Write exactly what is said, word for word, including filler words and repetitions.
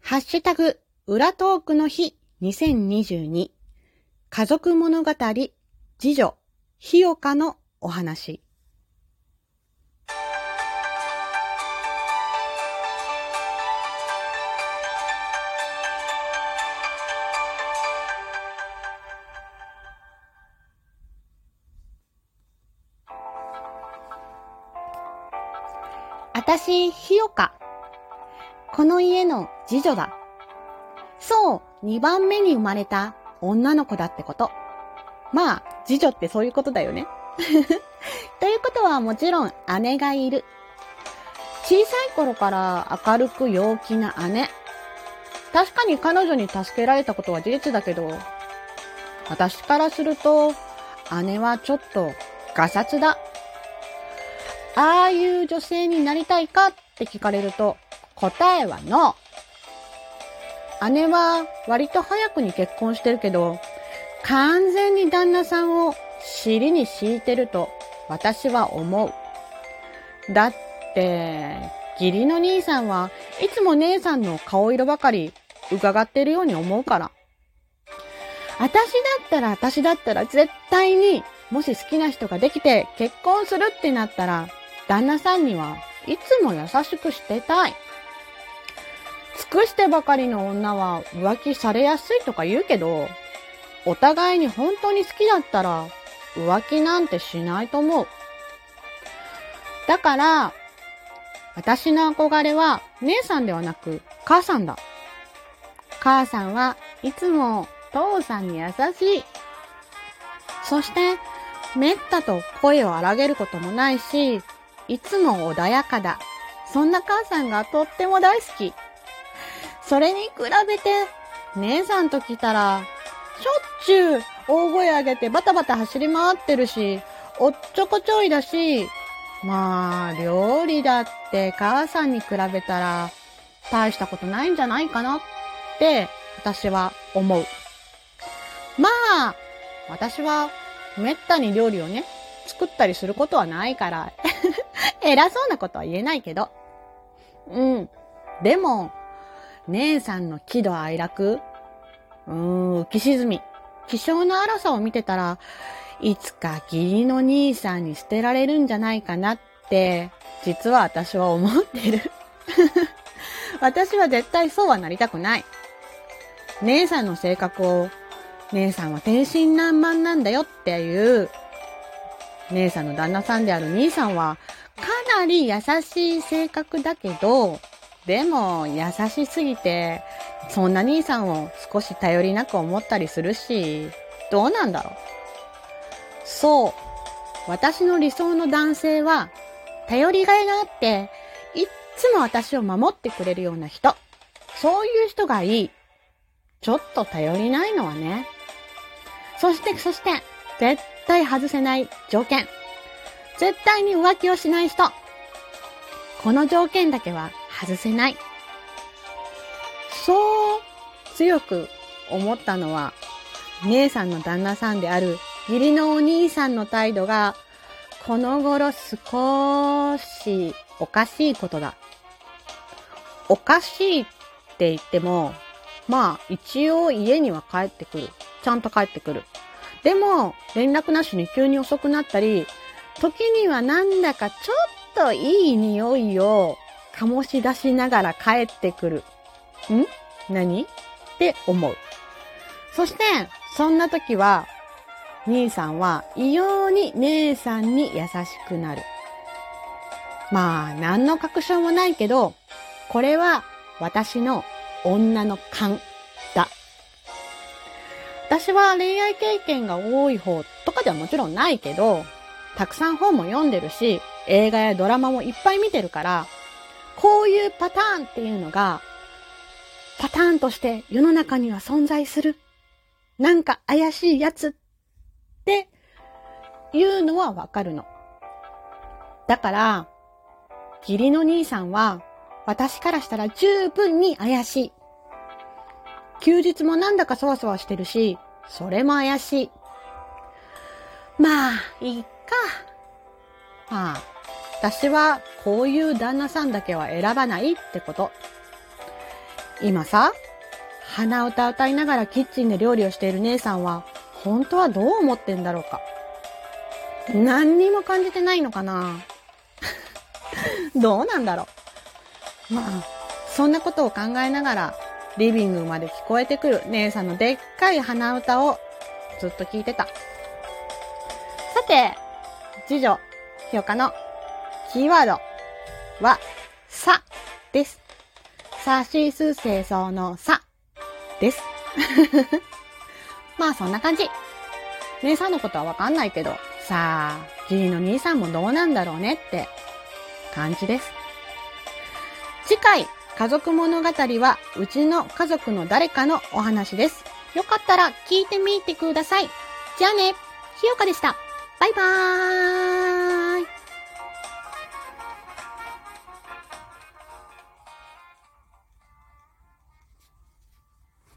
ハッシュタグ、裏トークの日にせんにじゅうに。家族物語、次女、ひよかのお話。あたし、ひよか。この家の次女だ。そう、にばんめに生まれた女の子だってこと。まあ、次女ってそういうことだよね。ということはもちろん姉がいる。小さい頃から明るく陽気な姉。確かに彼女に助けられたことは事実だけど、私からすると姉はちょっとガサツだ。ああいう女性になりたいかって聞かれると答えはノー。姉は割と早くに結婚してるけど、完全に旦那さんを尻に敷いてると私は思う。だって、義理の兄さんはいつも姉さんの顔色ばかり伺ってるように思うから。私だったら私だったら絶対に、もし好きな人ができて結婚するってなったら、旦那さんにはいつも優しくしてたい。尽くしてばかりの女は浮気されやすいとか言うけど、お互いに本当に好きだったら浮気なんてしないと思う。だから、私の憧れは姉さんではなく母さんだ。母さんはいつも父さんに優しい。そして、めったと声を荒げることもないし、いつも穏やかだ。そんな母さんがとっても大好き。それに比べて、姉さんと来たら、しょっちゅう大声上げてバタバタ走り回ってるし、おっちょこちょいだし、まあ、料理だって母さんに比べたら、大したことないんじゃないかなって、私は思う。まあ、私はめったに料理をね、作ったりすることはないから、偉そうなことは言えないけど。うん。でも、姉さんの喜怒哀楽、うーん、浮き沈み、気性の荒さを見てたら、いつか義理の兄さんに捨てられるんじゃないかなって、実は私は思ってる。私は絶対そうはなりたくない。姉さんの性格を、姉さんは天真爛漫なんだよっていう、姉さんの旦那さんである兄さんは、かなり優しい性格だけど、でも優しすぎて、そんな兄さんを少し頼りなく思ったりするし、どうなんだろう。そう。私の理想の男性は、頼りがいがあって、いっつも私を守ってくれるような人。そういう人がいい。ちょっと頼りないのはね。そして、そして、絶対外せない条件。絶対に浮気をしない人。この条件だけは外せない。そう強く思ったのは、姉さんの旦那さんである義理のお兄さんの態度が、この頃少しおかしいことだ。おかしいって言っても、まあ一応家には帰ってくる。ちゃんと帰ってくる。でも連絡なしに急に遅くなったり、時にはなんだかちょっといい匂いを醸し出しながら帰ってくる。ん？何？って思う。そしてそんな時は兄さんは異様に姉さんに優しくなる。まあ何の確証もないけど、これは私の女の勘だ。私は恋愛経験が多い方とかではもちろんないけど、たくさん本も読んでるし、映画やドラマもいっぱい見てるから、こういうパターンっていうのが、パターンとして世の中には存在する。なんか怪しいやつっていうのはわかるの。だから、義理の兄さんは私からしたら十分に怪しい。休日もなんだかそわそわしてるし、それも怪しい。まあ、いいか。まあ、私はこういう旦那さんだけは選ばないってこと。 今さ、鼻歌歌いながらキッチンで料理をしている姉さんは、本当はどう思ってんだろうか。何にも感じてないのかなどうなんだろう。まあ、そんなことを考えながら、リビングまで聞こえてくる姉さんのでっかい鼻歌をずっと聞いてた。さて、次女、ひよかのキーワードは、さです。さしすせそのさです。まあそんな感じ。姉さんのことはわかんないけど、さあ、義理の兄さんもどうなんだろうねって感じです。次回、家族物語は、うちの家族の誰かのお話です。よかったら聞いてみてください。じゃあね、ひよかでした。バイバーイ。